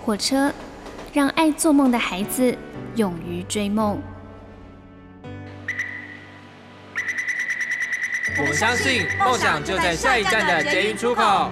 火车，让爱做梦的孩子勇于追梦。 我们相信梦想就在下一站的捷运出口。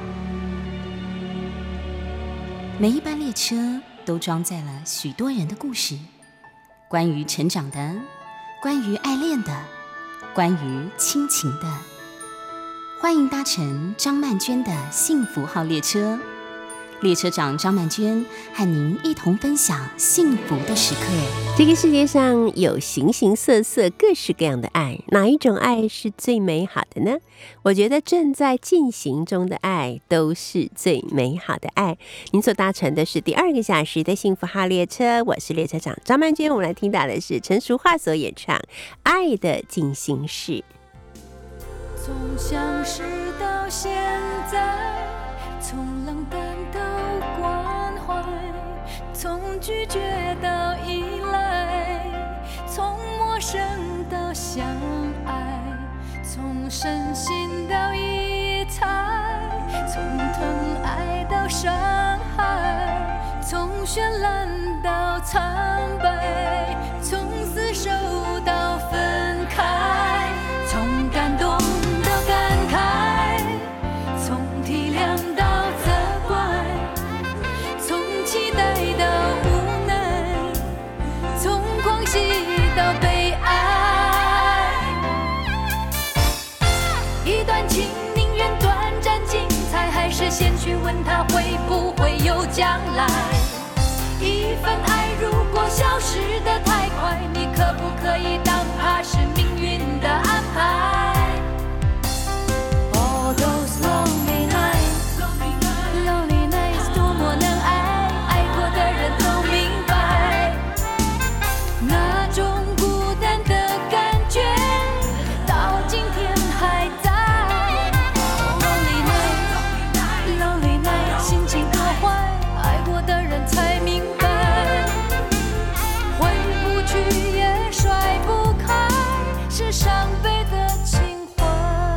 每一班列车都装载了许多人的故事，关于成长的，关于爱恋的，关于亲情的。欢迎搭乘张曼娟的幸福号列车，列车长张曼娟和您一同分享幸福的时刻。 这个世界上有形形色色、各式各样的爱，哪一种爱是最美好的呢？我觉得正在进行中的爱都是最美好的爱。您所搭乘的是第2个小时的幸福号列车，我是列车长张曼娟。我们来听到的是陈淑桦所演唱《爱的进行式》。 从相识到现在，从冷淡到关怀，从拒绝到依赖，从陌生到相爱，从深信到疑猜，从疼爱到伤害，从绚烂到苍白，从厮守到分开，从感动到感慨，从体谅到责怪，从期待到无奈，从狂喜到悲哀。一段情宁愿短暂精彩，还是先去问他会不会有将来？一份爱如果消失得太快，你可不可以当它是命运的安排？ All those lonely nights, lonely nights， 多么能爱，爱过的人都明白，那种孤单的感觉到今天还在。Lonely nights, lonely nights， 心情多坏，爱过的人才明白，回不去也甩不开，是伤悲的情怀。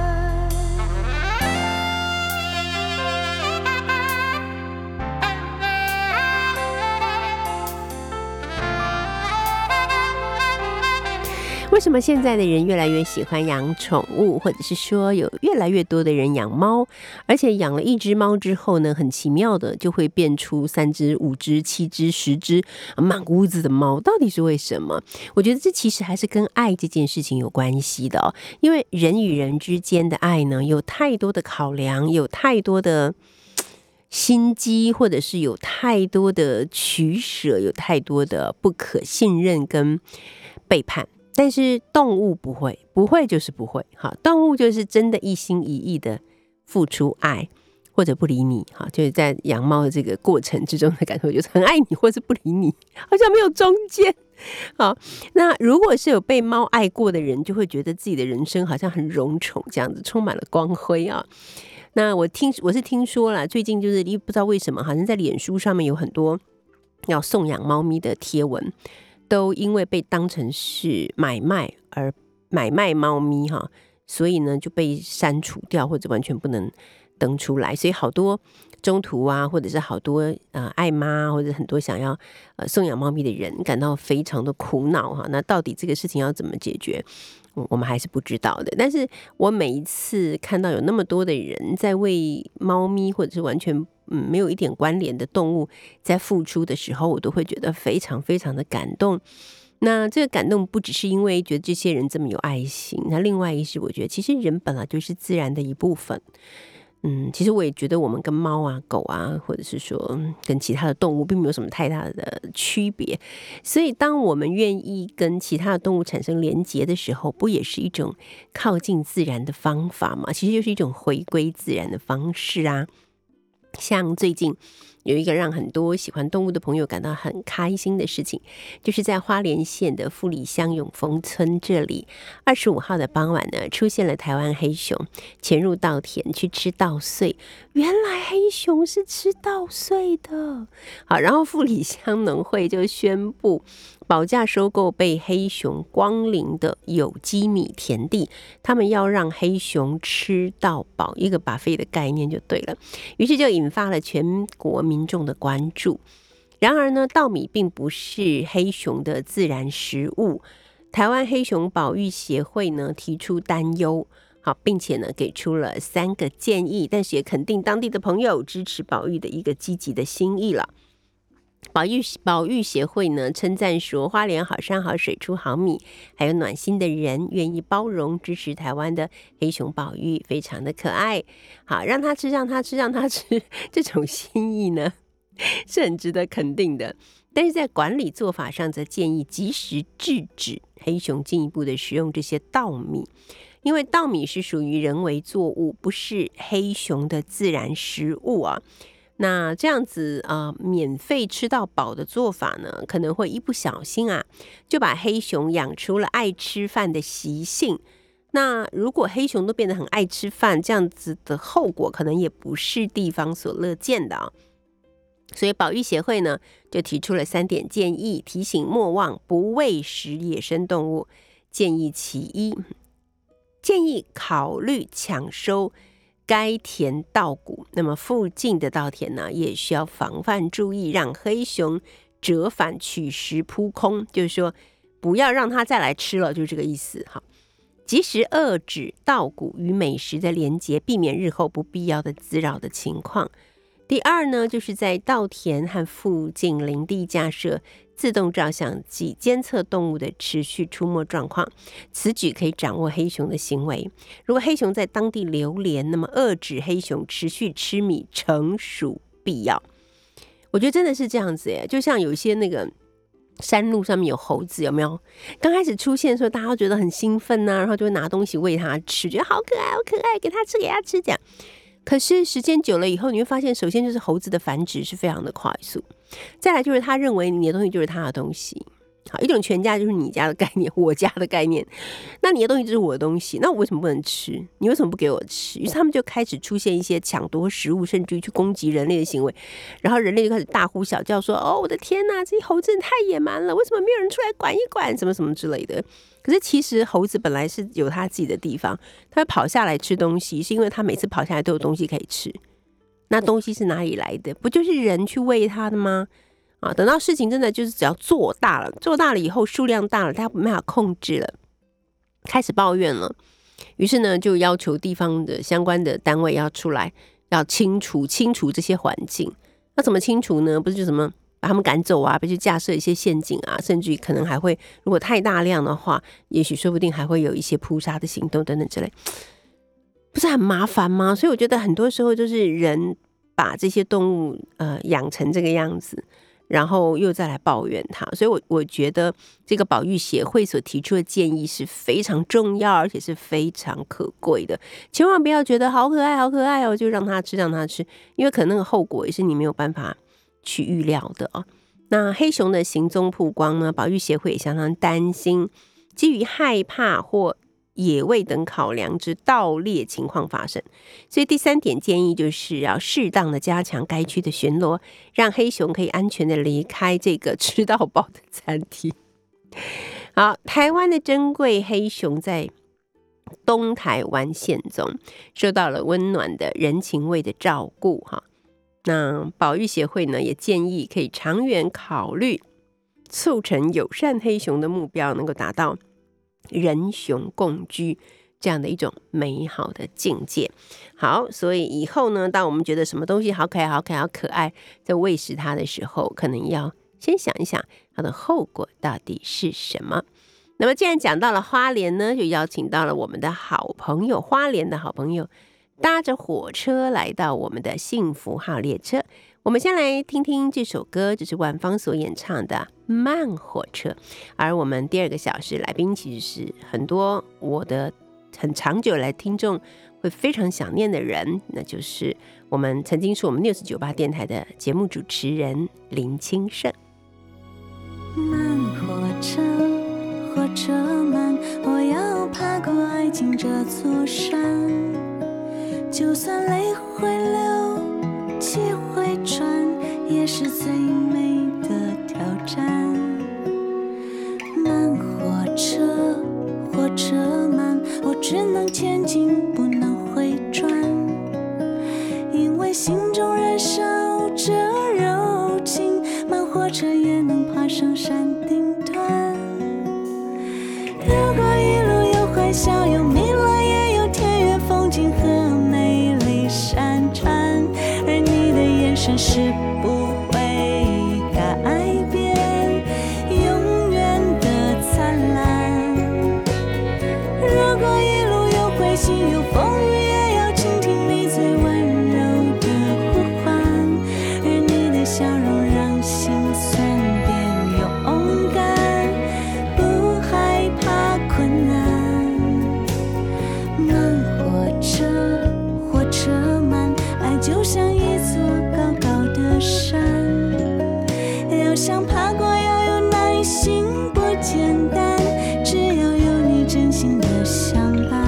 为什么现在的人越来越喜欢养宠物，或者是说有越来越多的人养猫，而且养了1只猫之后呢，很奇妙的就会变出3只、5只、7只、10只满屋子的猫，到底是为什么？我觉得这其实还是跟爱这件事情有关系的哦，因为人与人之间的爱呢，有太多的考量，有太多的心机，或者是有太多的取舍，有太多的不可信任跟背叛。但是动物不会，不会就是不会，动物就是真的一心一意的付出爱，或者不理你，就是在养猫的这个过程之中的感受，就是很爱你，或是不理你，好像没有中间。好，那如果是有被猫爱过的人，就会觉得自己的人生好像很荣宠，这样子充满了光辉啊。那我是听说啦，最近就是不知道为什么，好像在脸书上面有很多要送养猫咪的贴文，都因为被当成是买卖而买卖猫咪哈，所以呢就被删除掉，或者完全不能登出来。所以好多中途啊，或者是好多爱妈，或者很多想要送养猫咪的人感到非常的苦恼哈。那到底这个事情要怎么解决？我们还是不知道的。但是我每一次看到有那么多的人在为猫咪或者是完全没有一点关联的动物在付出的时候，我都会觉得非常非常的感动。那这个感动不只是因为觉得这些人这么有爱心，那另外一是我觉得其实人本来就是自然的一部分。其实我也觉得我们跟猫啊、狗啊，或者是说跟其他的动物并没有什么太大的区别。所以当我们愿意跟其他的动物产生连结的时候，不也是一种靠近自然的方法吗？其实就是一种回归自然的方式啊。像最近有一个让很多喜欢动物的朋友感到很开心的事情，就是在花莲县的富里乡永丰村这里，25号的傍晚呢，出现了台湾黑熊潜入稻田去吃稻穗。原来黑熊是吃稻穗的。好，然后富里乡农会就宣布保价收购被黑熊光临的有机米田地，他们要让黑熊吃到饱，一个 buffet 的概念就对了。于是就引发了全国民众的关注。 然而呢，稻米并不是黑熊的自然食物。台湾黑熊保育协会呢提出担忧，好，并且呢给出了3个建议，但是也肯定当地的朋友支持保育的一个积极的心意了。保育协会呢称赞说，花莲好山好水出好米，还有暖心的人愿意包容支持台湾的黑熊保育，非常的可爱。好，让他吃让他吃让他吃，这种心意呢是很值得肯定的。但是在管理做法上则建议及时制止黑熊进一步的食用这些稻米，因为稻米是属于人为作物，不是黑熊的自然食物啊。那这样子免费吃到饱的做法呢，可能会一不小心就把黑熊养出了爱吃饭的习性。那如果黑熊都变得很爱吃饭，这样子的后果可能也不是地方所乐见的所以保育协会呢就提出了3点建议，提醒莫忘不喂食野生动物。建议其一，建议考虑抢收该田稻谷，那么附近的稻田呢也需要防范注意，让黑熊折返取食扑空，就是说不要让它再来吃了，就是这个意思。好，及时遏制稻谷与美食的连结，避免日后不必要的滋扰的情况。第二呢，就是在稻田和附近林地架设自动照相机，监测动物的持续出没状况。此举可以掌握黑熊的行为。如果黑熊在当地流连，那么遏制黑熊持续吃米诚属必要。我觉得真的是这样子耶，就像有一些那个山路上面有猴子，有没有？刚开始出现的时候，大家都觉得很兴奋然后就会拿东西喂它吃，觉得好可爱好可爱，给它吃给它吃这样。可是时间久了以后，你会发现，首先就是猴子的繁殖是非常的快速，再来就是他认为你的东西就是他的东西。好，一种全家就是你家的概念，我家的概念。那你的东西就是我的东西，那我为什么不能吃？你为什么不给我吃？于是他们就开始出现一些抢夺食物，甚至于去攻击人类的行为。然后人类就开始大呼小叫说：“哦，我的天哪，这些猴子太野蛮了！为什么没有人出来管一管？什么什么之类的。”可是其实猴子本来是有他自己的地方，他会跑下来吃东西，是因为他每次跑下来都有东西可以吃。那东西是哪里来的？不就是人去喂他的吗？等到事情真的就是只要做大了以后，数量大了，他没办法控制了，开始抱怨了。于是呢，就要求地方的相关的单位要出来，要清除这些环境。那怎么清除呢？不是就什么把他们赶走不去架设一些陷阱甚至于可能还会，如果太大量的话，也许说不定还会有一些扑杀的行动等等之类，不是很麻烦吗？所以我觉得很多时候就是人把这些动物养成这个样子，然后又再来抱怨它。所以我觉得这个保育协会所提出的建议是非常重要，而且是非常可贵的。千万不要觉得好可爱好可爱就让它吃，因为可能那个后果也是你没有办法去预料的那黑熊的行踪曝光呢，保育协会也相当担心，基于害怕或野味等考量之盗猎情况发生。所以第3点建议就是要适当的加强该区的巡逻，让黑熊可以安全的离开这个吃到饱的餐厅。好，台湾的珍贵黑熊在东台湾县中受到了温暖的人情味的照顾那保育协会呢也建议可以长远考虑促成友善黑熊的目标，能够达到人熊共居这样的一种美好的境界。好，所以以后呢，当我们觉得什么东西好可爱好可爱好可爱，在喂食它的时候，可能要先想一想它的后果到底是什么。那么既然讲到了花莲呢，就邀请到了我们的好朋友，花莲的好朋友，搭着火车来到我们的幸福号列车。我们先来听听这首歌，这是万芳所演唱的《慢火车》。而我们第2个小时来宾其实是很多我的很长久来听众会非常想念的人，那就是我们曾经是我们News98电台的节目主持人林清盛。 慢火车，火车慢，我要爬过爱情这座山，就算泪会流，气会喘，也是最美的挑战。慢火车，火车慢，我只能前进，不能回转，因为心中燃烧着柔情。慢火火车也能爬上山顶端。如果一路有欢笑，有迷乱，也有田园风景和美丽山川，而你的眼神是不会改变，永远的灿烂。如果一路有灰心，有风雨，也要倾听你最温柔的呼唤，而你的笑容让心酸变勇敢，不害怕困难。慢火车，火车慢，爱就像一座高高的山，要想爬过要有耐心，不简单，只要有你真心的相伴。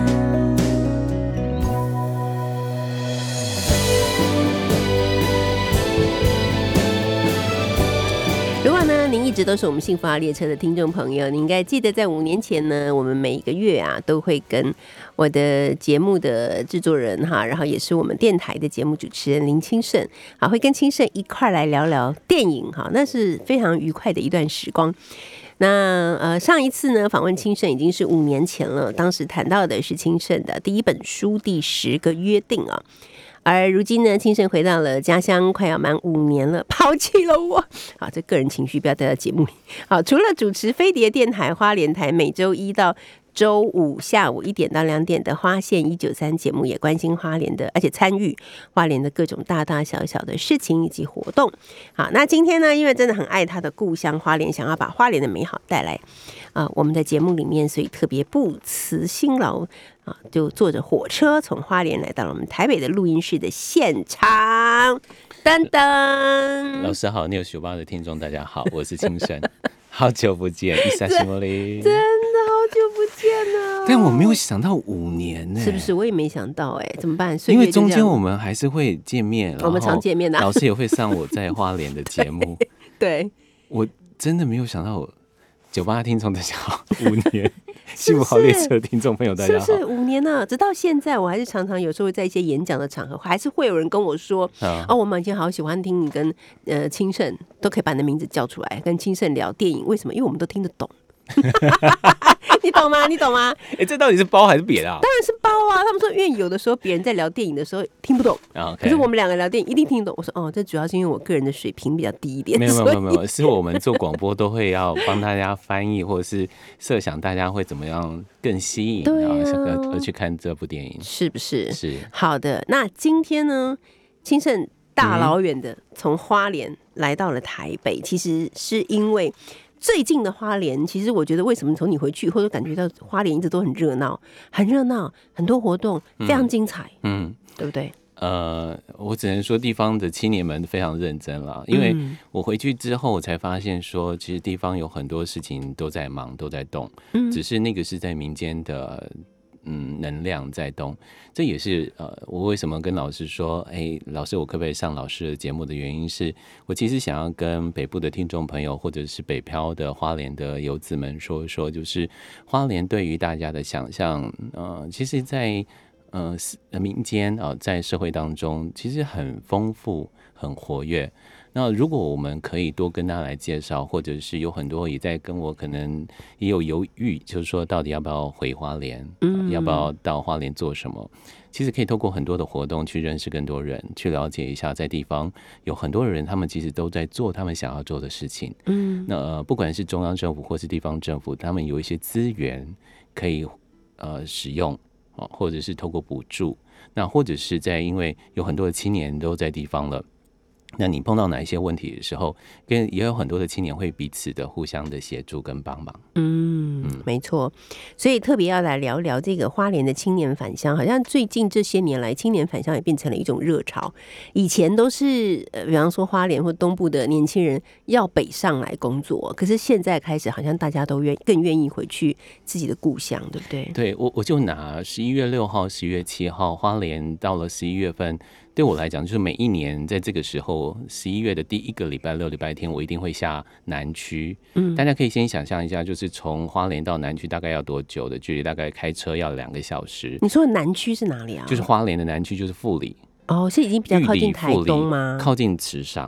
如果呢，您一直都是我们幸福号列车的听众朋友，你应该记得在5年前呢，我们每一个月啊都会跟我的节目的制作人哈，然后也是我们电台的节目主持人林清盛，好，会跟清盛一块来聊聊电影哈，那是非常愉快的一段时光。那上一次呢访问清盛已经是5年前了，当时谈到的是清盛的第一本书《第10个约定》啊。而如今呢，清盛回到了家乡，快要满5年了，抛弃了我。好，这个人情绪不要带到节目里。好，除了主持飞碟电台花莲台每周1到周5下午1点到2点的花线193节目，也关心花莲的，而且参与花莲的各种大大小小的事情以及活动。好，那今天呢，因为真的很爱他的故乡花莲，想要把花莲的美好带来我们的节目里面，所以特别不辞辛劳就坐着火车从花莲来到了我们台北的录音室的现场。噔噔， 老师好，News98的听众大家好，我是清盛，好久不见，伊萨西莫里， 真的好久不见了。 但我没有想到5年呢， 是不是？我也没想到怎么办？ 因为中间我们还是会见面， 我们常见面的， 老师也会上我在花莲的节目。 对， 我真的没有想到，98听众大家好，5年。幸福号列车听众朋友大家好， 是不是5年了？直到现在，我还是常常有时候在一些演讲的场合，还是会有人跟我说：“我们以前好喜欢听你跟清盛，都可以把你的名字叫出来，跟清盛聊电影。为什么？因为我们都听得懂。”你懂吗？你懂吗？ 这到底是包还是瘪啊？ 当然是包啊！他们说，因为有的时候别人在聊电影的时候听不懂，可是我们2个聊电影一定听得懂。我说这主要是因为我个人的水平比较低一点。 没有，是我们做广播都会要帮大家翻译，或者是设想大家会怎么样更吸引，然后而去看这部电影， 是不是？ 是。好的，那今天呢，清盛大老远的从花莲来到了台北，其实是因为最近的花莲，其实我觉得为什么从你回去或者感觉到花莲一直都很热闹，很多活动非常精彩，对不对？ 我只能说地方的青年们非常认真了，因为我回去之后我才发现说，其实地方有很多事情都在忙，都在动，只是那个是在民间的能量在动。这也是我为什么跟老师说，老师我可不可以上老师的节目的原因是，我其实想要跟北部的听众朋友或者是北漂的花莲的游子们说说，就是花莲对于大家的想象，其实在民间在社会当中其实很丰富很活跃。那如果我们可以多跟他来介绍，或者是有很多也在跟我可能也有犹豫，就是说到底要不要回花莲，要不要到花莲做什么，其实可以透过很多的活动去认识更多人，去了解一下在地方有很多人他们其实都在做他们想要做的事情。那不管是中央政府或是地方政府，他们有一些资源可以使用，或者是透过补助，那或者是在因为有很多的青年都在地方了，那你碰到哪一些问题的时候，也有很多的青年会彼此的互相的协助跟帮忙。 没错，所以特别要来聊聊这个花莲的青年返乡。好像最近这些年来，青年返乡也变成了一种热潮。以前都是比方说花莲或东部的年轻人要北上来工作，可是现在开始好像大家都更愿意回去自己的故乡，对不对？ 对，我就拿11月6号、11月7号，花莲到了11月份。对我来讲，就是每一年在这个时候，11月的第一个礼拜六、礼拜天，我一定会下南区。大家可以先想象一下，就是从花莲到南区大概要多久的距离？大概开车要2个小时。 你说的南区是哪里啊？ 就是花莲的南区，就是富里。 是已经比较靠近台东吗？ 靠近池上。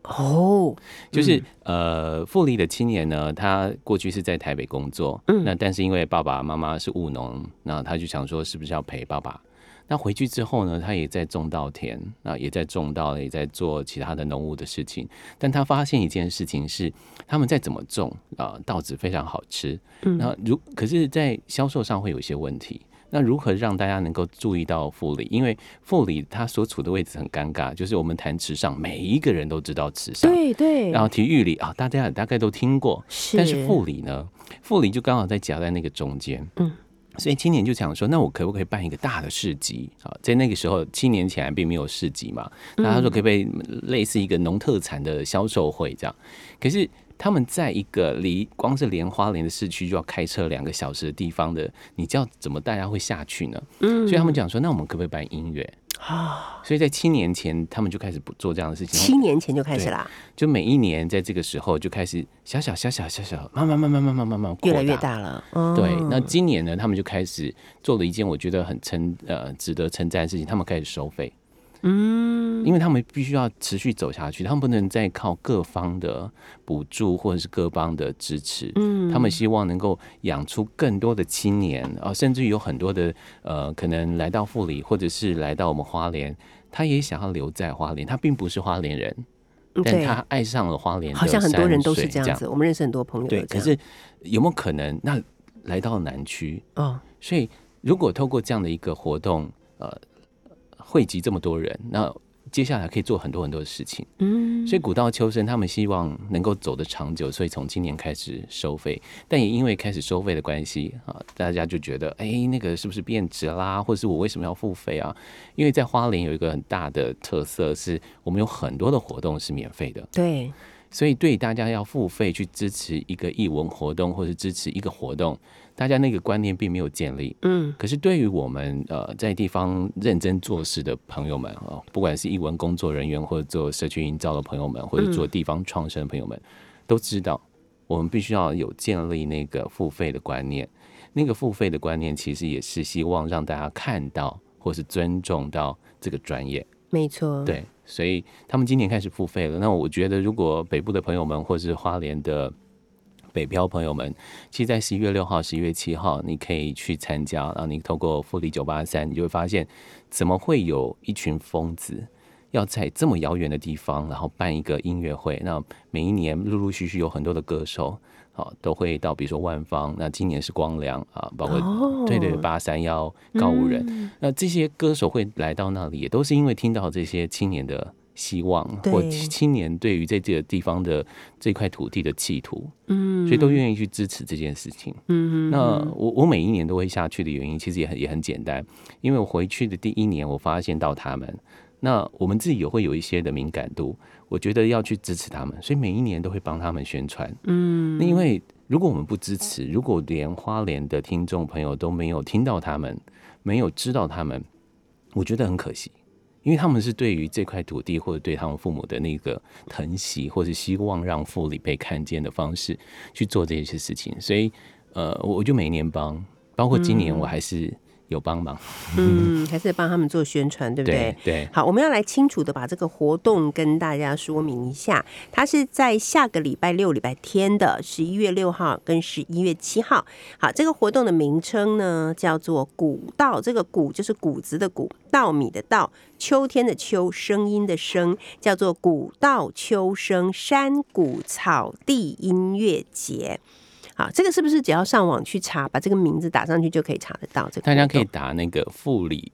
哦， 就是富丽的青年呢，他过去是在台北工作，那但是因为爸爸妈妈是务农，那他就想说是不是要陪爸爸。那回去之后呢，他也在种稻田，那也在种稻，也在做其他的农务的事情。但他发现一件事情是，他们再怎么种稻子非常好吃，可是在销售上会有一些问题。那如何让大家能够注意到富里？因为富里它所处的位置很尴尬，就是我们谈池上，每一个人都知道池上， 对， 然后体育里大家大概都听过，但是富里呢，富里就刚好在夹在那个中间，所以青年就想说，那我可不可以办一个大的市集啊？在那个时候7年前并没有市集嘛，那他说可不可以类似一个农特产的销售会这样？可是他们在一个光是连花莲的市区就要开车2个小时的地方的，你叫怎么大家会下去呢？所以他们讲说，那我们可不可以办音乐？所以在7年前，他们就开始做这样的事情。 7年前就开始啦， 就每一年在这个时候就开始小，慢慢越来越大了。 对，那今年呢，他们就开始做了一件我觉得很值得称赞的事情，他们开始收费。因为他们必须要持续走下去，他们不能再靠各方的补助或者是各方的支持。他们希望能够养出更多的青年甚至于有很多的可能来到富里或者是来到我们花莲，他也想要留在花莲，他并不是花莲人，但他爱上了花莲的山水， 好像很多人都是这样子，我们认识很多朋友。 对，可是有没有可能那来到南区？所以如果透过这样的一个活动，汇集这么多人，那接下来可以做很多很多的事情。所以古道秋生他们希望能够走得长久，所以从今年开始收费，但也因为开始收费的关系大家就觉得那个是不是变质啦，或者是我为什么要付费啊？因为在花莲有一个很大的特色，是我们有很多的活动是免费的。 对， 所以对大家要付费去支持一个艺文活动或是支持一个活动，大家那个观念并没有建立。可是对于我们在地方认真做事的朋友们不管是艺文工作人员或者做社区营造的朋友们，或者做地方创生的朋友们，都知道我们必须要有建立那个付费的观念。那个付费的观念其实也是希望让大家看到或是尊重到这个专业。 没错， 对，所以他们今年开始付费了。那我觉得如果北部的朋友们或是花莲的北漂朋友们，其实在11月6号、11月7号你可以去参加，然后你透过富里983，你就会发现怎么会有一群疯子要在这么遥远的地方然后办一个音乐会。那每一年陆陆续续有很多的歌手都会到，比如说万芳，那今年是光良包括对831告五人，那这些歌手会来到那里，也都是因为听到这些青年的希望，或青年对于这个地方的这块土地的企图，所以都愿意去支持这件事情。那我每一年都会下去的原因，其实也很简单，因为我回去的第1年，我发现到他们，那我们自己也会有一些的敏感度，我觉得要去支持他们，所以每一年都会帮他们宣传。那因为如果我们不支持，如果连花莲的听众朋友都没有听到他们，没有知道他们，我觉得很可惜。因为他们是对于这块土地或者对他们父母的那个疼惜，或是希望让富里被看见的方式去做这些事情，所以我就每年帮，包括今年我还是有帮忙， 还是帮他们做宣传，对不对？ 对。 好，我们要来清楚的把这个活动跟大家说明一下。它是在下个礼拜6、礼拜天的11月6号跟11月7号。好，这个活动的名称呢叫做谷稻，这个谷就是谷子的谷，稻米的稻，秋天的秋，声音的声，叫做谷稻秋声山谷草地音乐节。好，这个是不是只要上网去查，把这个名字打上去就可以查得到？这个大家可以打那个富里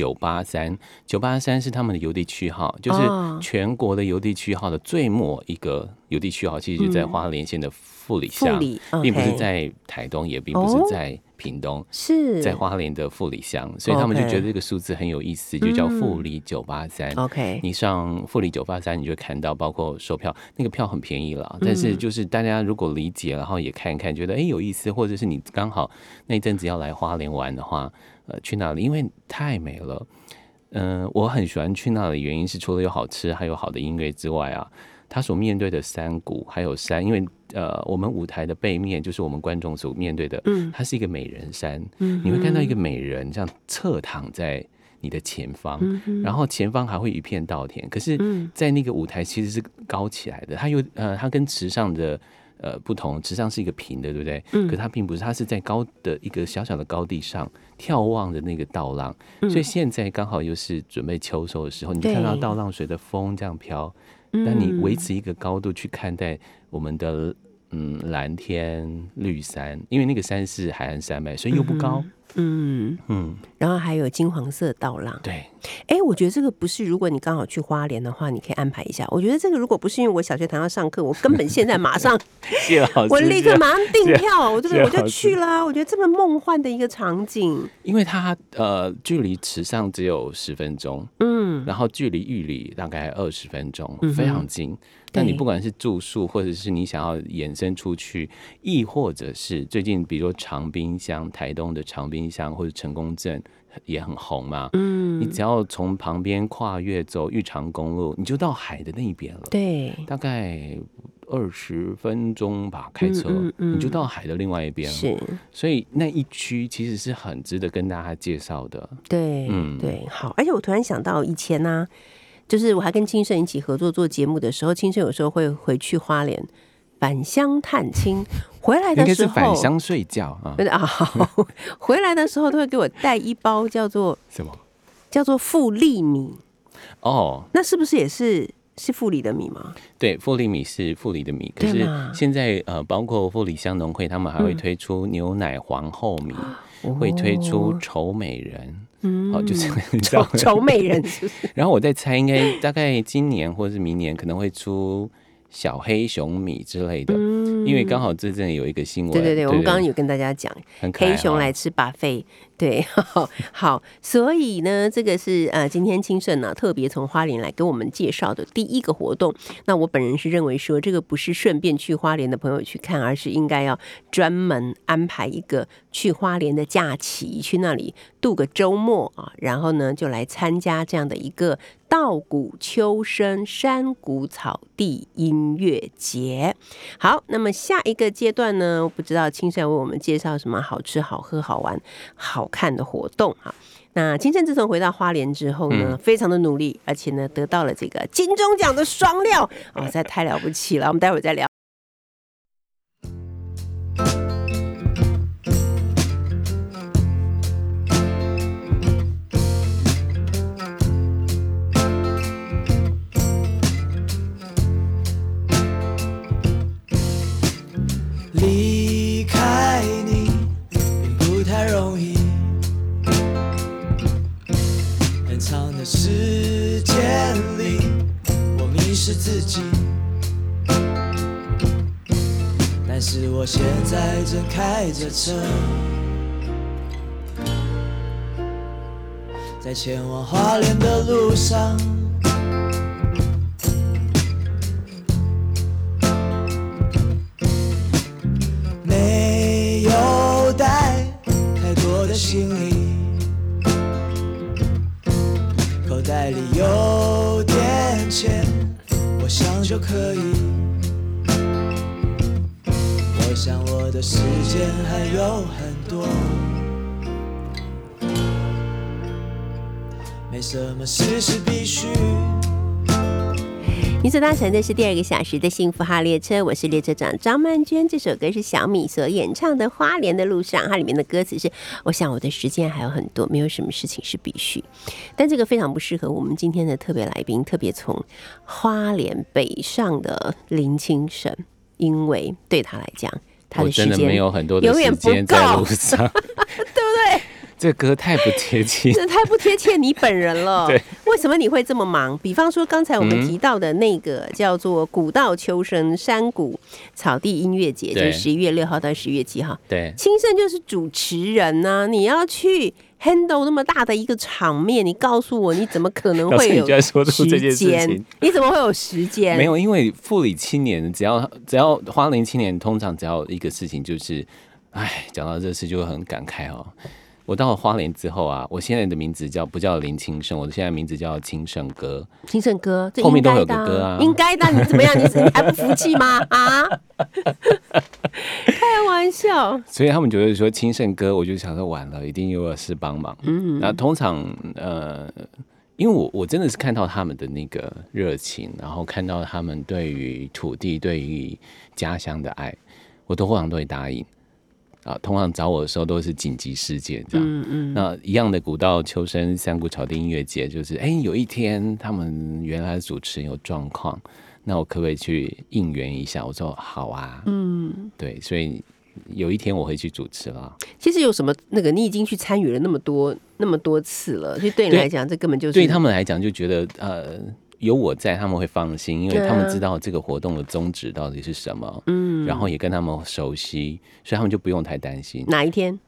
983，983是他们的邮递区号，就是全国的邮递区号的最末一个邮递区号，其实就在花莲县的富里乡，并不是在台东，也并不是在屏东，是在花莲的富里乡，所以他们就觉得这个数字很有意思，就叫富里983。你上富里983，你就看到包括售票，那个票很便宜了，但是就是大家如果理解，然后也看一看，觉得有意思，或者是你刚好那一阵子要来花莲玩的话，去那里，因为太美了。我很喜欢去那里，原因是除了有好吃，还有好的音乐之外他所面对的山谷还有山，因为我们舞台的背面就是我们观众所面对的，它是一个美人山，你会看到一个美人这样侧躺在你的前方，然后前方还会一片稻田。可是，在那个舞台其实是高起来的，它跟池上的不同，池上是一个平的，对不对？可它并不是，它是在高的一个小小的高地上眺望的那个稻浪。所以现在刚好又是准备秋收的时候，你就看到稻浪随着风这样飘。但你维持一个高度去看待我们的蓝天绿山，因为那个山是海岸山脉，所以又不高。 然后还有金黄色稻浪。 对， 我觉得这个不是，如果你刚好去花莲的话，你可以安排一下。我觉得这个如果不是因为我小学堂要上课，我根本现在马上谢老师， 我立刻马上订票，我就去了。我觉得这么梦幻的一个场景， 因为它距离池上只有10分钟，然后距离玉里大概20分钟，非常近。但你不管是住宿，或者是你想要延伸出去，亦或者是最近比如说长滨乡，台东的长滨乡或者成功镇也很红嘛，你只要从旁边跨越走玉长公路，你就到海的那一边了。对，大概20分钟吧，开车你就到海的另外一边了。是，所以那一区其实是很值得跟大家介绍的。对，对，好。而且我突然想到以前呢，就是我还跟清盛一起合作做节目的时候，清盛有时候会回去花莲返乡探亲，回来的时候应该是返乡睡觉啊。回来的时候都会给我带一包叫做什么？叫做富利米。那是不是也是富里的米吗？对，富里米是富里的米。可是现在包括富里乡农会，他们还会推出牛奶皇后米，会推出丑美人。就是丑美人是不是？然后我在猜，应该大概今年或是明年可能会出小黑熊米之类的，因为刚好这阵有一个新闻。对，我们刚刚有跟大家讲，黑熊来吃buffet。对，好，所以呢，这个是今天清盛呢特别从花莲来给我们介绍的第一个活动。那我本人是认为说，这个不是顺便去花莲的朋友去看，而是应该要专门安排一个去花莲的假期，去那里度个周末啊，然后呢就来参加这样的一个稻谷秋生山谷草地音乐节。好，那么下一个阶段呢，我不知道清盛为我们介绍什么好吃好喝好玩好看的活动啊。那清盛自从回到花莲之后呢，非常的努力，而且呢得到了这个金钟奖的双料实在太了不起了。我们待会儿再聊。 离开你并不太容易，很长的时间里我迷失自己，但是我现在正开着车，在前往花莲的路上，没有带太多的行李，口袋里有点钱，我想就可以。我想我的时间还有很多，没什么事是必须。 你所搭乘的是第2个小时的幸福号列车，我是列车长张曼娟。这首歌是小米所演唱的《花莲的路上》，它里面的歌词是：我想我的时间还有很多，没有什么事情是必须。但这个非常不适合我们今天的特别来宾，特别从花莲北上的林清盛，因为对他来讲，他的时间我真的没有很多的时间在路上，对不对？ 这歌太不贴切， 这太不贴切你本人了。对，为什么你会这么忙？比方说刚才我们提到的那个叫做古道秋生山谷草地音乐节，就是11月6号到10月7号。对，清盛就是主持人呢，你要去 handle 那么大的一个场面，你告诉我，你怎么可能会有时间？你怎么会有时间？ 没有，因为富里青年只要花莲青年，通常只要一个事情就是，讲到这事就会很感慨哦。 我到了花莲之后啊，我现在的名字不叫林清盛，我的现在名字叫清盛哥。 清盛哥， 后面都有个哥啊， 应该的。你怎么样？你还不服气吗？啊？开玩笑。 所以他们觉得说清盛哥，我就想说完了，一定又有事帮忙。那通常因为我真的是看到他们的那个热情，然后看到他们对于土地、对于家乡的爱，我通常都会答应。通常找我的时候都是紧急事件这样。那一样的古道秋生三股草地音乐节，就是有一天他们原来的主持人有状况，那我可不可以去应援一下？我说好啊。对，所以有一天我会去主持了。 其实有什么你已经去参与了那么多次了，就对你来讲，这根本就是对他们来讲就觉得有我在，他们会放心，因为他们知道这个活动的宗旨到底是什么，然后也跟他们熟悉，所以他们就不用太担心。 哪一天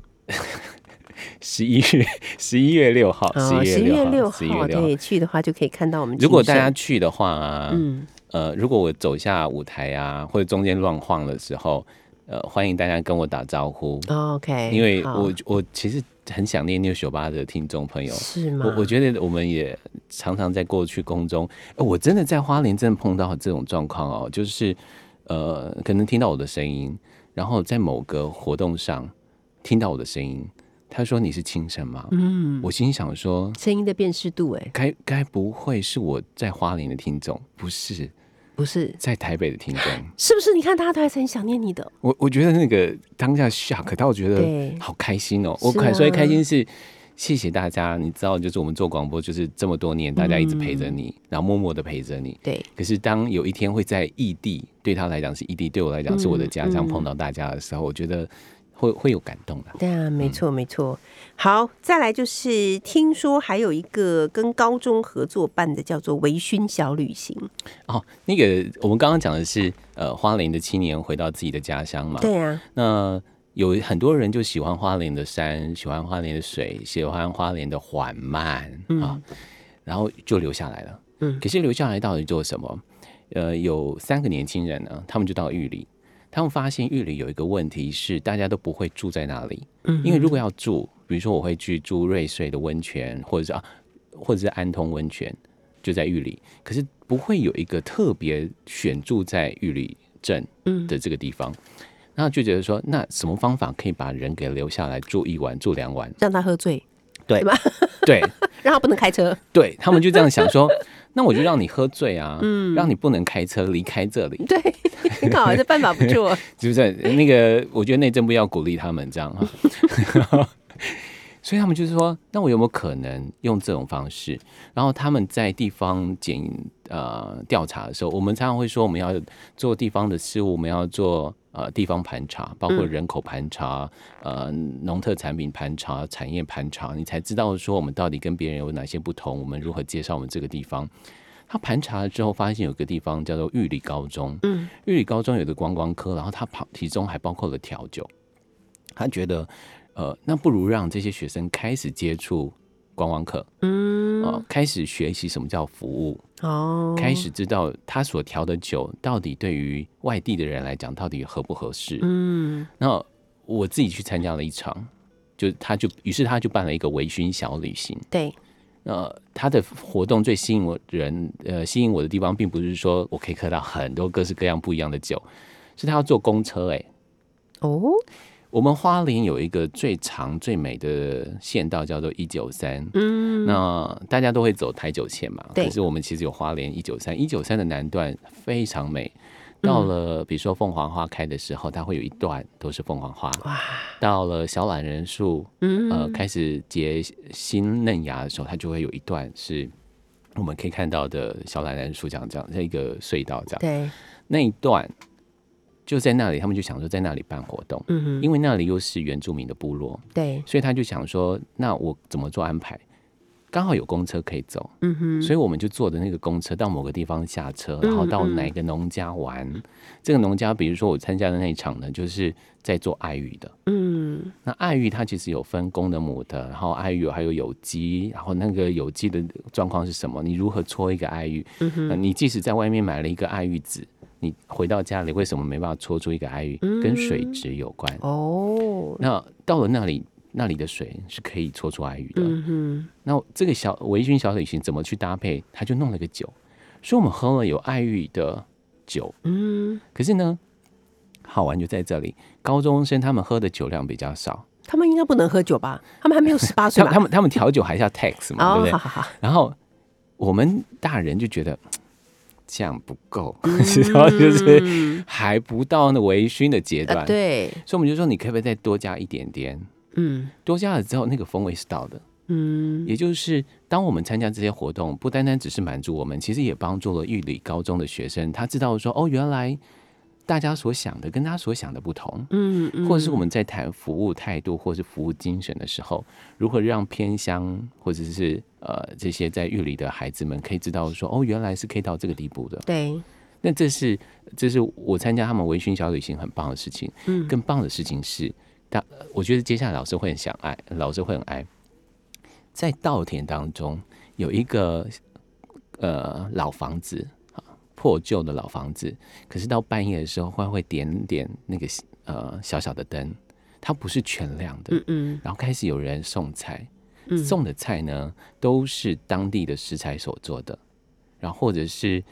？11月6号，11月6号， 对，去的话就可以看到我们。 如果大家去的话啊，如果我走下舞台啊，或者中间乱晃的时候，欢迎大家跟我打招呼。 OK， 因为我其实很想念六九八的听众朋友， 是吗？ 我觉得我们也常常在过去空中，我真的在花莲真的碰到这种状况哦，就是可能听到我的声音，然后在某个活动上听到我的声音，他说你是清盛吗？我心想说声音的辨识度， 该不会是我在花莲的听众？不是在台北的听众， 是不是？你看大家都还是很想念你的。 我觉得那个当下 shock， 但我觉得好开心哦。所以开心是谢谢大家，你知道，就是我们做广播就是这么多年，大家一直陪着你，然后默默的陪着你。 对。可是当有一天会在异地，对他来讲是异地，对我来讲是我的家乡，碰到大家的时候，我觉得会有感动的。 对啊，没错没错。好，再来就是听说还有一个跟高中合作办的叫做微醺小旅行。 那个我们刚刚讲的是花莲的青年回到自己的家乡嘛。 对啊。 那有很多人就喜欢花莲的山，喜欢花莲的水，喜欢花莲的缓慢然后就留下来了。可是留下来到底做什么？有3个年轻人呢，他们就到玉里。他们发现玉里有一个问题是，大家都不会住在那里。因为如果要住，比如说我会去住瑞穗的温泉，或者是安通温泉，就在玉里，可是不会有一个特别选住在玉里镇的这个地方。然后就觉得说，那什么方法可以把人给留下来住1晚、住2晚， 让他喝醉， 对吧？ 对， 让他不能开车。对， 他们就这样想说，那我就让你喝醉啊，让你不能开车离开这里。 对，很好，这办法不错。 是不是？那个，我觉得内政部要鼓励他们这样所以他们就是说，那我有没有可能用这种方式？然后他们在地方调查的时候，我们常常会说，我们要做地方的事务，我们要做地方盘查，包括人口盘查、农特产品盘查、产业盘查，你才知道说我们到底跟别人有哪些不同，我们如何介绍我们这个地方。他盘查了之后，发现有个地方叫做玉里高中，玉里高中有个观光科，然后它其中还包括了调酒。他觉得，那不如让这些学生开始接触观光课，开始学习什么叫服务，开始知道他所调的酒到底对于外地的人来讲到底合不合适。那我自己去参加了一场，于是他就办了一个微醺小旅行。 对。 他的活动最吸引我的地方，并不是说我可以喝到很多各式各样不一样的酒，是他要坐公车。我们花莲有一个最长最美的县道叫做193，那大家都会走台九线嘛，可是我们其实有花莲193的南段非常美。到了比如说凤凰花开的时候，它会有一段都是凤凰花。到了小懒人树开始结新嫩芽的时候，它就会有一段是我们可以看到的小懒人树这样一个隧道这样。 对， 那一段就在那里，他们就想说在那里办活动，因为那里又是原住民的部落， 对， 所以他就想说，那我怎么做安排？刚好有公车可以走，所以我们就坐的那个公车到某个地方下车，然后到哪个农家玩。这个农家，比如说我参加的那一场呢，就是在做爱玉的。那爱玉它其实有分公的母的，然后爱玉还有有机，然后那个有机的状况是什么？你如何搓一个爱玉？你即使在外面买了一个爱玉籽，你回到家里为什么没办法搓出一个爱玉？跟水质有关。那到了那里。 那里的水是可以搓出爱玉的。那这个微醺小旅行怎么去搭配？他就弄了个酒，所以我们喝了有爱玉的酒。可是呢，好玩就在这里，高中生他们喝的酒量比较少。 他们应该不能喝酒吧？他们还没有18岁吧？ 他们调酒还是要 tax 嘛，对不对？ 好。 然后我们大人就觉得这样不够，然后就是还不到那微醺的阶段。 对， 所以我们就说，你可不可以再多加一点点？多加了之后，那个风味是到的。也就是当我们参加这些活动，不单单只是满足我们，其实也帮助了玉里高中的学生，他知道说，哦，原来大家所想的跟他所想的不同。或者是我们在谈服务态度或是服务精神的时候，如何让偏乡或者是这些在玉里的孩子们可以知道说，哦，原来是可以到这个地步的。 对， 那这是我参加他们微醺小旅行很棒的事情。更棒的事情是，我觉得接下来老师会很爱。在稻田当中有一个老房子，破旧的老房子，可是到半夜的时候会点点那个小小的灯，它不是全亮的。然后开始有人送菜，送的菜呢都是当地的食材所做的，然后或者是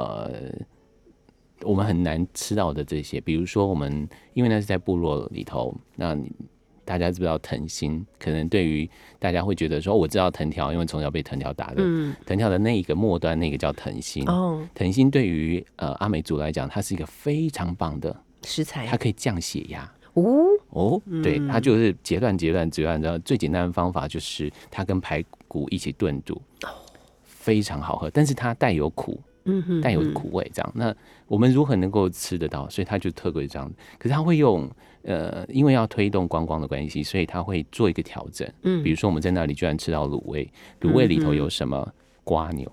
我们很难吃到的这些，比如说我们因为那是在部落里头，那大家知不知道藤心？可能对于大家会觉得说，我知道藤条，因为从小被藤条打的。藤条的那一个末端，那个叫藤心。藤心对于阿美族来讲，它是一个非常棒的食材， 它可以降血压。对，它就是截断，然后最简单的方法就是它跟排骨一起炖煮，非常好喝，但是它带有苦。带有苦味，这样。那我们如何能够吃得到？所以他就特别这样。可是他会用因为要推动观光的关系，所以他会做一个调整。比如说我们在那里居然吃到卤味，卤味里头有什么蝸牛？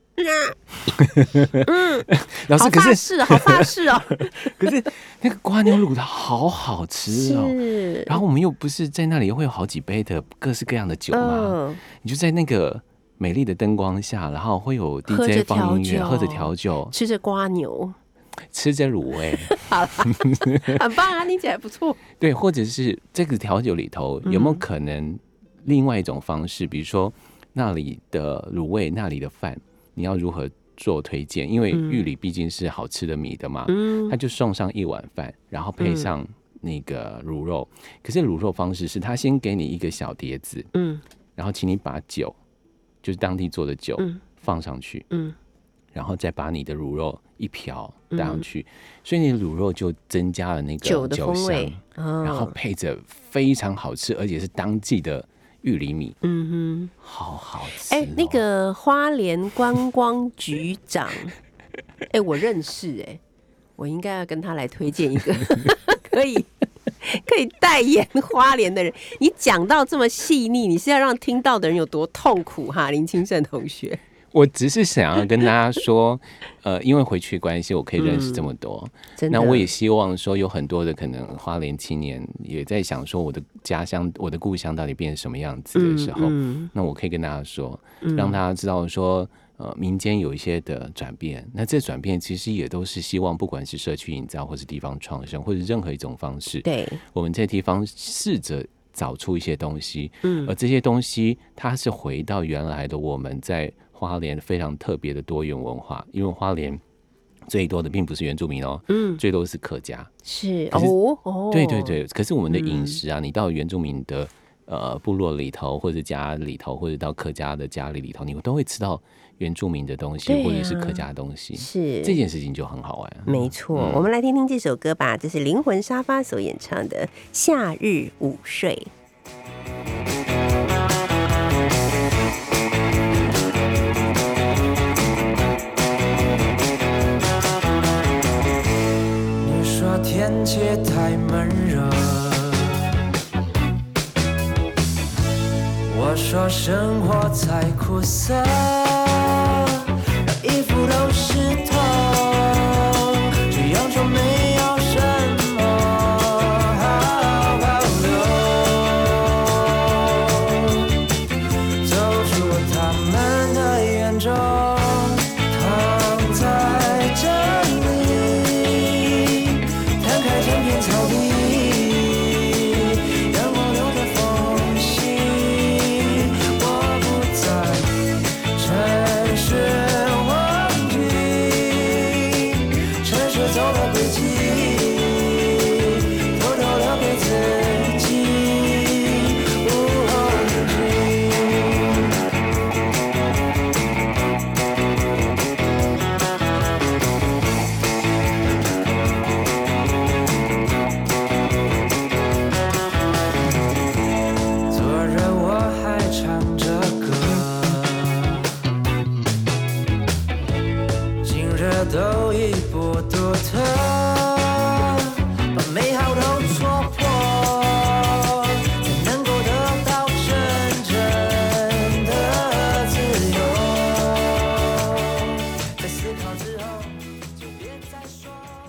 老师，可是好法式哦。 可是那个蝸牛卤的好好吃哦。然后我们又不是在那里会有好几杯的各式各样的酒吗？你就在那个美丽的灯光下，然后会有 DJ 放音乐，喝着调酒， 吃着蝸牛， 吃着卤味， 好啦，很棒啊，听起来不错。 对，或者是这个调酒里头有没有可能另外一种方式？比如说那里的卤味，那里的饭，你要如何做推荐？因为玉里毕竟是好吃的米的嘛，他就送上一碗饭，然后配上那个卤肉。可是卤肉方式是他先给你一个小碟子，然后请你把酒，就是当地做的酒，放上去，然后再把你的卤肉一瓢带上去，所以你的卤肉就增加了那个酒的风味， 然后配着非常好吃，而且是当季的玉里米，好好吃哦。 那个花莲观光局长，我认识，我应该要跟他来推荐一个可以代言花莲的人。你讲到这么细腻，你是要让听到的人有多痛苦哈？林清盛同学， 我只是想要跟大家说，因为回去的关系，我可以认识这么多。那我也希望说，有很多的可能花莲青年也在想说，我的家乡、我的故乡到底变成什么样子的时候，那我可以跟大家说，让大家知道说，民间有一些的转变。那这转变其实也都是希望，不管是社区营造，或是地方创生，或者任何一种方式， 对， 我们在地方试着找出一些东西，而这些东西它是回到原来的我们在花莲非常特别的多元文化。因为花莲最多的并不是原住民哦，最多是客家， 是对对对。可是我们的饮食啊，你到原住民的部落里头，或者家里头，或者到客家的家里头，你都会吃到原住民的东西，或者是客家的东西， 是这件事情就很好玩。 没错，我们来听听这首歌吧，这是灵魂沙发所演唱的《夏日午睡》。 你说天气太闷热，我说生活太苦涩，让衣服都湿透，这样就没有什么好保留，走出他们的眼中，躺在这里，摊开整片草地，阳光有着风条都一波多特，把美好都戳破，才能够得到真正的自由。在思考之后，就别再说。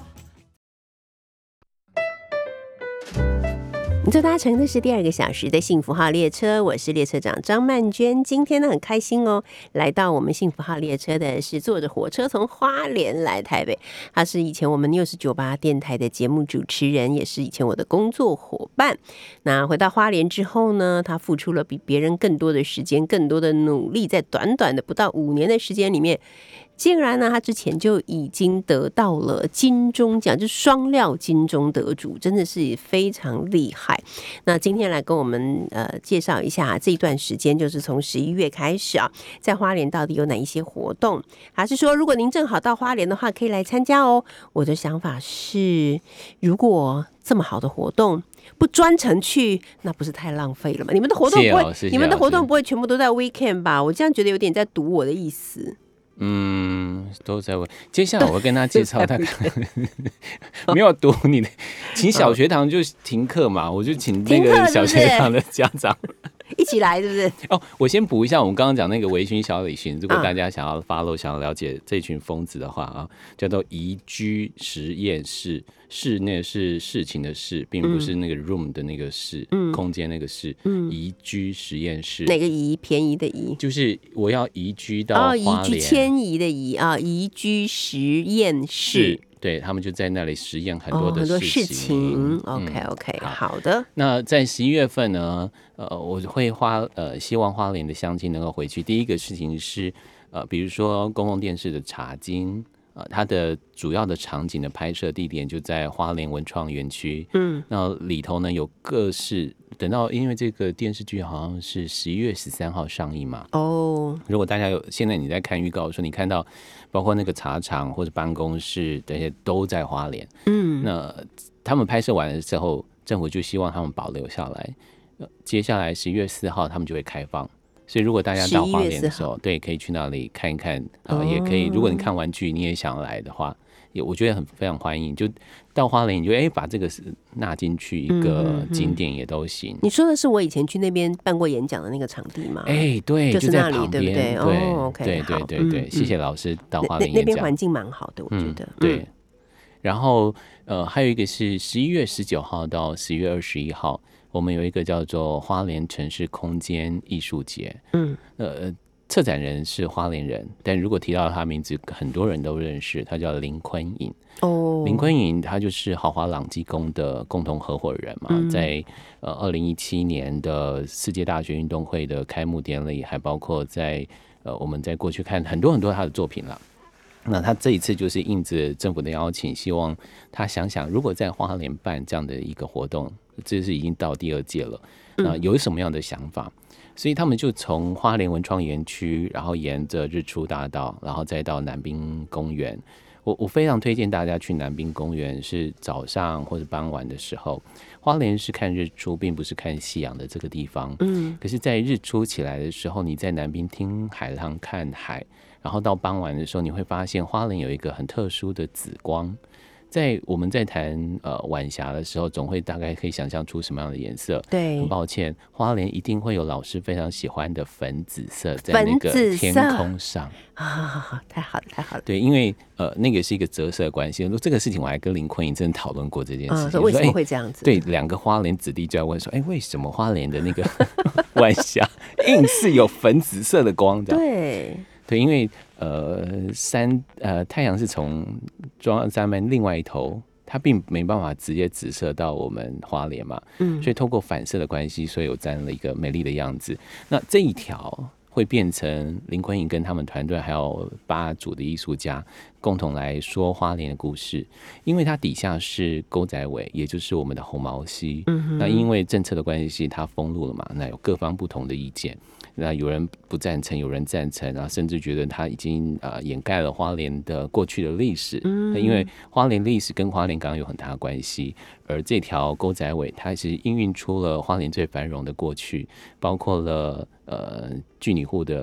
你坐搭乘的是第2个小时的幸福号列车，我是列车长张曼娟。今天呢很开心哦，来到我们幸福号列车的是坐着火车从花莲来台北，他是以前我们News98电台的节目主持人，也是以前我的工作伙伴。那回到花莲之后呢，他付出了比别人更多的时间，更多的努力，在短短的不到5年的时间里面，竟然呢，他之前就已经得到了金钟奖，就是双料金钟得主，真的是非常厉害。那今天来跟我们介绍一下这一段时间，就是从11月开始啊，在花莲到底有哪一些活动？还是说，如果您正好到花莲的话，可以来参加哦。我的想法是，如果这么好的活动不专程去，那不是太浪费了吗？你们的活动不会，你们的活动不会全部都在 weekend 吧？我这样觉得有点在赌我的意思。 都在问。接下来我会跟他介绍，他没有读你的，请小学堂就停课嘛，我就请那个小学堂的家长一起来，是不是？ 哦，我先补一下，我们刚刚讲那个微醺小旅行，如果大家想要 follow、想要了解这群疯子的话啊，叫做宜居实验室。室内是事情的事，并不是那个 room 的那个室，空间那个室。宜居实验室， 哪个宜？便宜的宜， 就是我要移居到花莲， 移居迁移的移啊，宜居实验室。 对，他们就在那里实验很多的很多事情。OK， 好的。 那在11月份呢，我会希望花莲的乡亲能够回去。第一个事情是，比如说公共电视的茶经。它的主要的场景的拍摄地点就在花莲文创园区。那里头呢有各式，等到因为这个电视剧好像是11月13号上映嘛。如果大家现在你在看预告的时候，你看到包括那个茶厂或者办公室这些都在花莲。那他们拍摄完的时候，政府就希望他们保留下来。接下来11月4号他们就会开放。所以如果大家到花莲的时候，对，可以去那里看一看，也可以。如果你看完剧你也想来的话，我觉得非常欢迎。就到花莲，你就把这个纳进去一个景点也都行。 你说的是我以前去那边办过演讲的那个场地吗？ 对， 就是那里，对不对？ 对 ，OK， 好， 对，谢谢老师到花莲演讲， 那边环境蛮好的，我觉得。 对，然后还有一个是11月19号到10月21号。我们有一个叫做花莲城市空间艺术节。策展人是花莲人，但如果提到他名字，很多人都认识，他叫林坤颖。林坤颖他就是豪华朗基宫的共同合伙人嘛，在2017年的世界大学运动会的开幕典礼，还包括在我们在过去看很多他的作品啦。那他这一次就是应着政府的邀请，希望他想想，如果在花莲办这样的一个活动，这是已经到第2届了，有什么样的想法？所以他们就从花莲文创园区，然后沿着日出大道，然后再到南滨公园。我非常推荐大家去南滨公园，是早上或者傍晚的时候。花莲是看日出，并不是看夕阳的这个地方。可是，在日出起来的时候，你在南滨听海浪、看海，然后到傍晚的时候，你会发现花莲有一个很特殊的紫光。我们在谈晚霞的时候，总会大概可以想象出什么样的颜色。 对， 很抱歉，花莲一定会有老师非常喜欢的粉紫色，在那个天空上。 太好了，太好了。 对，因为那个是一个折射关系。这个事情我还跟林坤颖真的讨论过这件事情。 说为什么会这样子？ 对2个花莲子弟就在问说，为什么花莲的那个晚霞硬是有粉紫色的光？对，因为太阳是从中央山脉另外一头，它并没办法直接直射到我们花莲嘛，所以透过反射的关系，所以有这样的一个美丽的样子。那这一条会变成林坤颖跟他们团队还有8组的艺术家共同来说花莲的故事，因为它底下是沟仔尾，也就是我们的红毛溪。那因为政策的关系，它封路了嘛，那有各方不同的意见。那有人不赞成，有人赞成，然后甚至觉得它已经掩盖了花莲的过去的历史。因为花莲历史跟花莲港有很大的关系，而这条沟仔尾它其实映映出了花莲最繁荣的过去，包括了巨拟户的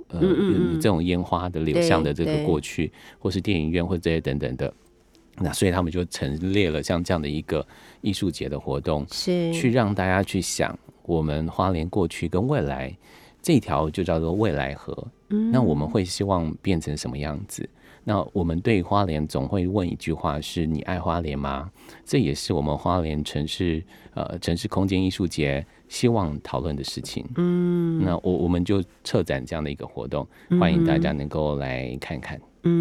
这种烟花的流向的这个过去，或是电影院或这些等等的。那所以他们就陈列了像这样的一个艺术节的活动， 是去让大家去想我们花莲过去跟未来这一条就叫做未来河。那我们会希望变成什么样子？那我们对花莲总会问一句话是：你爱花莲吗？这也是我们花莲城市空间艺术节希望讨论的事情。那我们就策展这样的一个活动，欢迎大家能够来看看。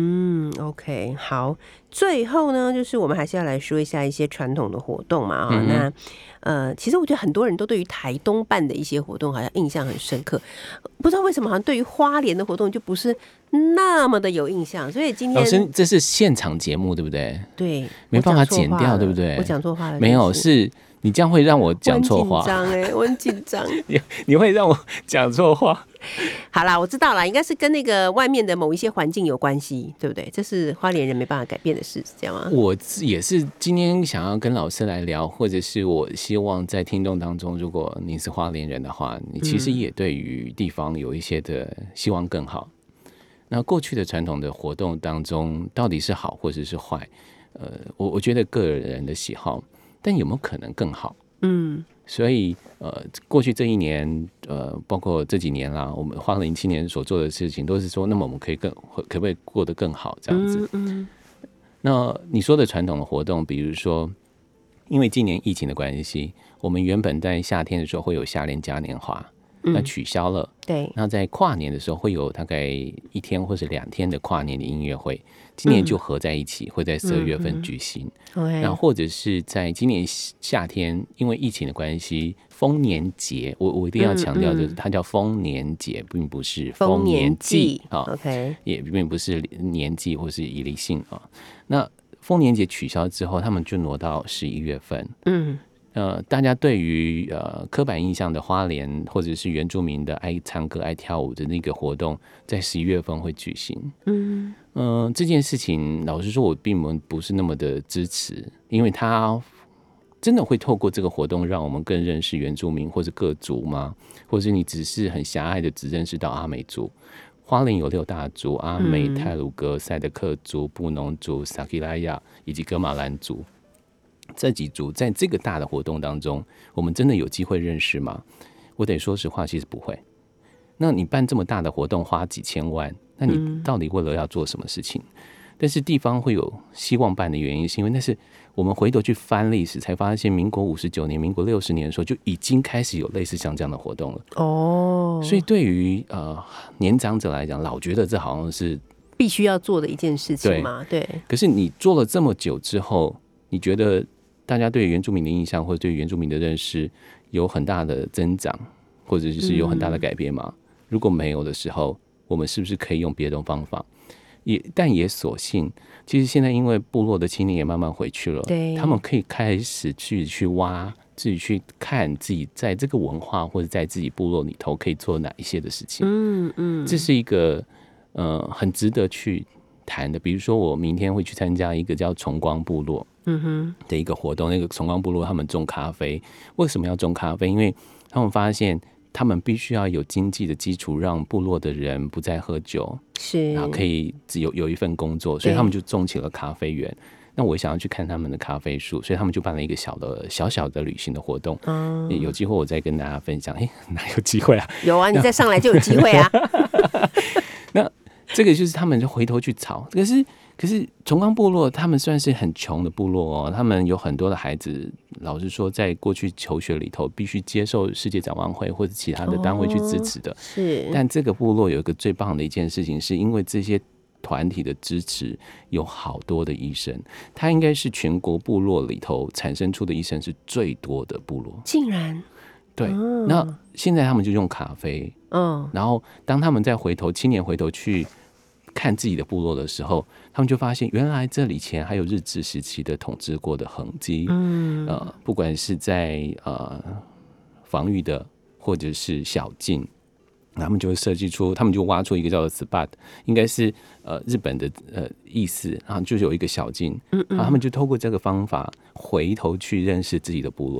OK， 好。最后呢，就是我们还是要来说一下一些传统的活动嘛。那其实我觉得很多人都对于台东办的一些活动好像印象很深刻，不知道为什么好像对于花莲的活动就不是那么的有印象。所以今天老师，这是现场节目对不对？ 对， 没办法剪掉对不对？ 我讲错话了， 没有，是你这样会让我讲错话。 我很紧张你会让我讲错话。 好啦，我知道啦，应该是跟那个外面的某一些环境有关系，对不对？这是花莲人没办法改变的事，是这样吗？ 我也是今天想要跟老师来聊，或者是我希望在听众当中，如果你是花莲人的话，你其实也对于地方有一些的希望更好。那过去的传统的活动当中，到底是好或者是坏？我觉得个人的喜好，但有没有可能更好？所以过去这一年包括这几年啦，我们花了07年所做的事情，都是说，那么我们可不可以过得更好这样子？那你说的传统的活动，比如说，因为今年疫情的关系，我们原本在夏天的时候会有夏联嘉年华，那取消了。对。那在跨年的时候会有大概1天或是2天的跨年的音乐会，今年就合在一起，会在12月份举行。那或者是在今年夏天，因为疫情的关系，丰年节，我一定要强调，就是它叫丰年节，并不是丰年祭也并不是年祭或是以离性啊。那丰年节取消之后，他们就挪到11月份。大家对于刻板印象的花莲或者是原住民的爱唱歌爱跳舞的那个活动，在11月份会举行。这件事情老实说，我并不是那么的支持，因为它真的会透过这个活动让我们更认识原住民或者各族吗？或者你只是很狭隘的只认识到阿美族？花莲有6大族：阿美、太鲁阁、赛德克族、布农族、萨基拉雅以及噶玛兰族。这几组在这个大的活动当中，我们真的有机会认识吗？我得说实话，其实不会。那你办这么大的活动，花几千万，那你到底为了要做什么事情？但是地方会有希望办的原因，是因为那是我们回头去翻历史，才发现民国59年、民国60年的时候就已经开始有类似像这样的活动了。所以对于年长者来讲，老觉得这好像是必须要做的一件事情嘛。对。可是你做了这么久之后，你觉得大家对原住民的印象或者对原住民的认识有很大的增长，或者是有很大的改变吗？如果没有的时候，我们是不是可以用别的方法？但也所幸，其实现在因为部落的青年也慢慢回去了，他们可以开始去挖，自己去看自己在这个文化或者在自己部落里头可以做哪一些的事情。这是一个很值得去谈的。比如说，我明天会去参加一个叫崇光部落的一个活动。那个崇光部落他们种咖啡，为什么要种咖啡？因为他们发现他们必须要有经济的基础，让部落的人不再喝酒，然后可以有一份工作，所以他们就种起了咖啡园。那我想要去看他们的咖啡树，所以他们就办了一个小小的旅行的活动。有机会我再跟大家分享。哪有机会啊？ 有啊，你再上来就有机会啊。 那这个就是他们就回头去吵。可是崇光部落他们算是很穷的部落他们有很多的孩子，老实说，在过去求学里头必须接受世界展望会或者其他的单位去支持的。 是。 但这个部落有一个最棒的一件事情，是因为这些团体的支持，有好多的医生，他应该是全国部落里头产生出的医生是最多的部落。 竟然。 对。那现在他们就用咖啡。然后当他们再青年回头去看自己的部落的时候，他们就发现原来这里前还有日治时期的统治过的痕迹。不管是在防御的或者是小径，他们就会设计出，他们就挖出一个叫做 spot， 应该是日本的意思，然后就有一个小径，然后他们就透过这个方法回头去认识自己的部落。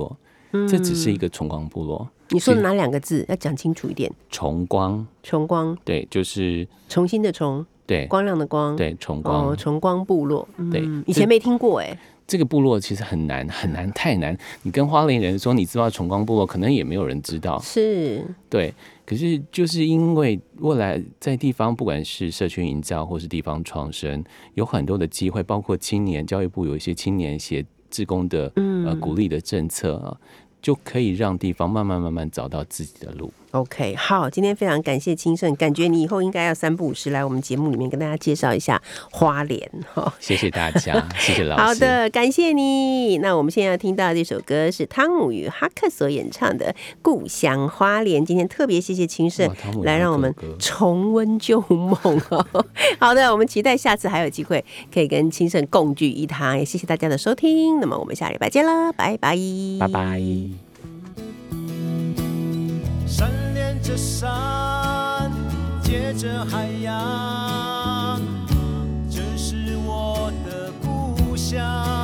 这只是一个崇光部落。 你说的哪2个字？要讲清楚一点。 崇光， 崇光， 对，就是重新的重， 对， 光亮的光， 对，崇光， 崇光部落， 对， 以前没听过这个部落其实很难，太难。你跟花莲人说你知道崇光部落，可能也没有人知道。 是， 对。可是就是因为未来在地方，不管是社区营造或是地方创生，有很多的机会，包括青年教育部有一些青年协志工的鼓励的政策就可以让地方慢慢找到自己的路。 OK， 好，今天非常感谢清盛，感觉你以后应该要3不5时来我们节目里面跟大家介绍一下花莲。 谢谢大家，谢谢老师。 好的，感谢你。那我们现在要听到的这首歌是汤姆与哈克所演唱的《故乡花莲》。今天特别谢谢清盛来让我们重温旧梦好的，我们期待下次还有机会可以跟清盛共聚一堂，也谢谢大家的收听。那么我们下礼拜见了，拜拜， 拜拜。 山连着山，接着海洋，这是我的故乡。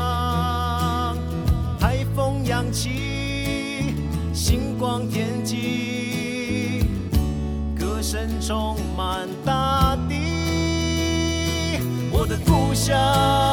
海风扬起，星光天际，歌声充满大地。我的故乡。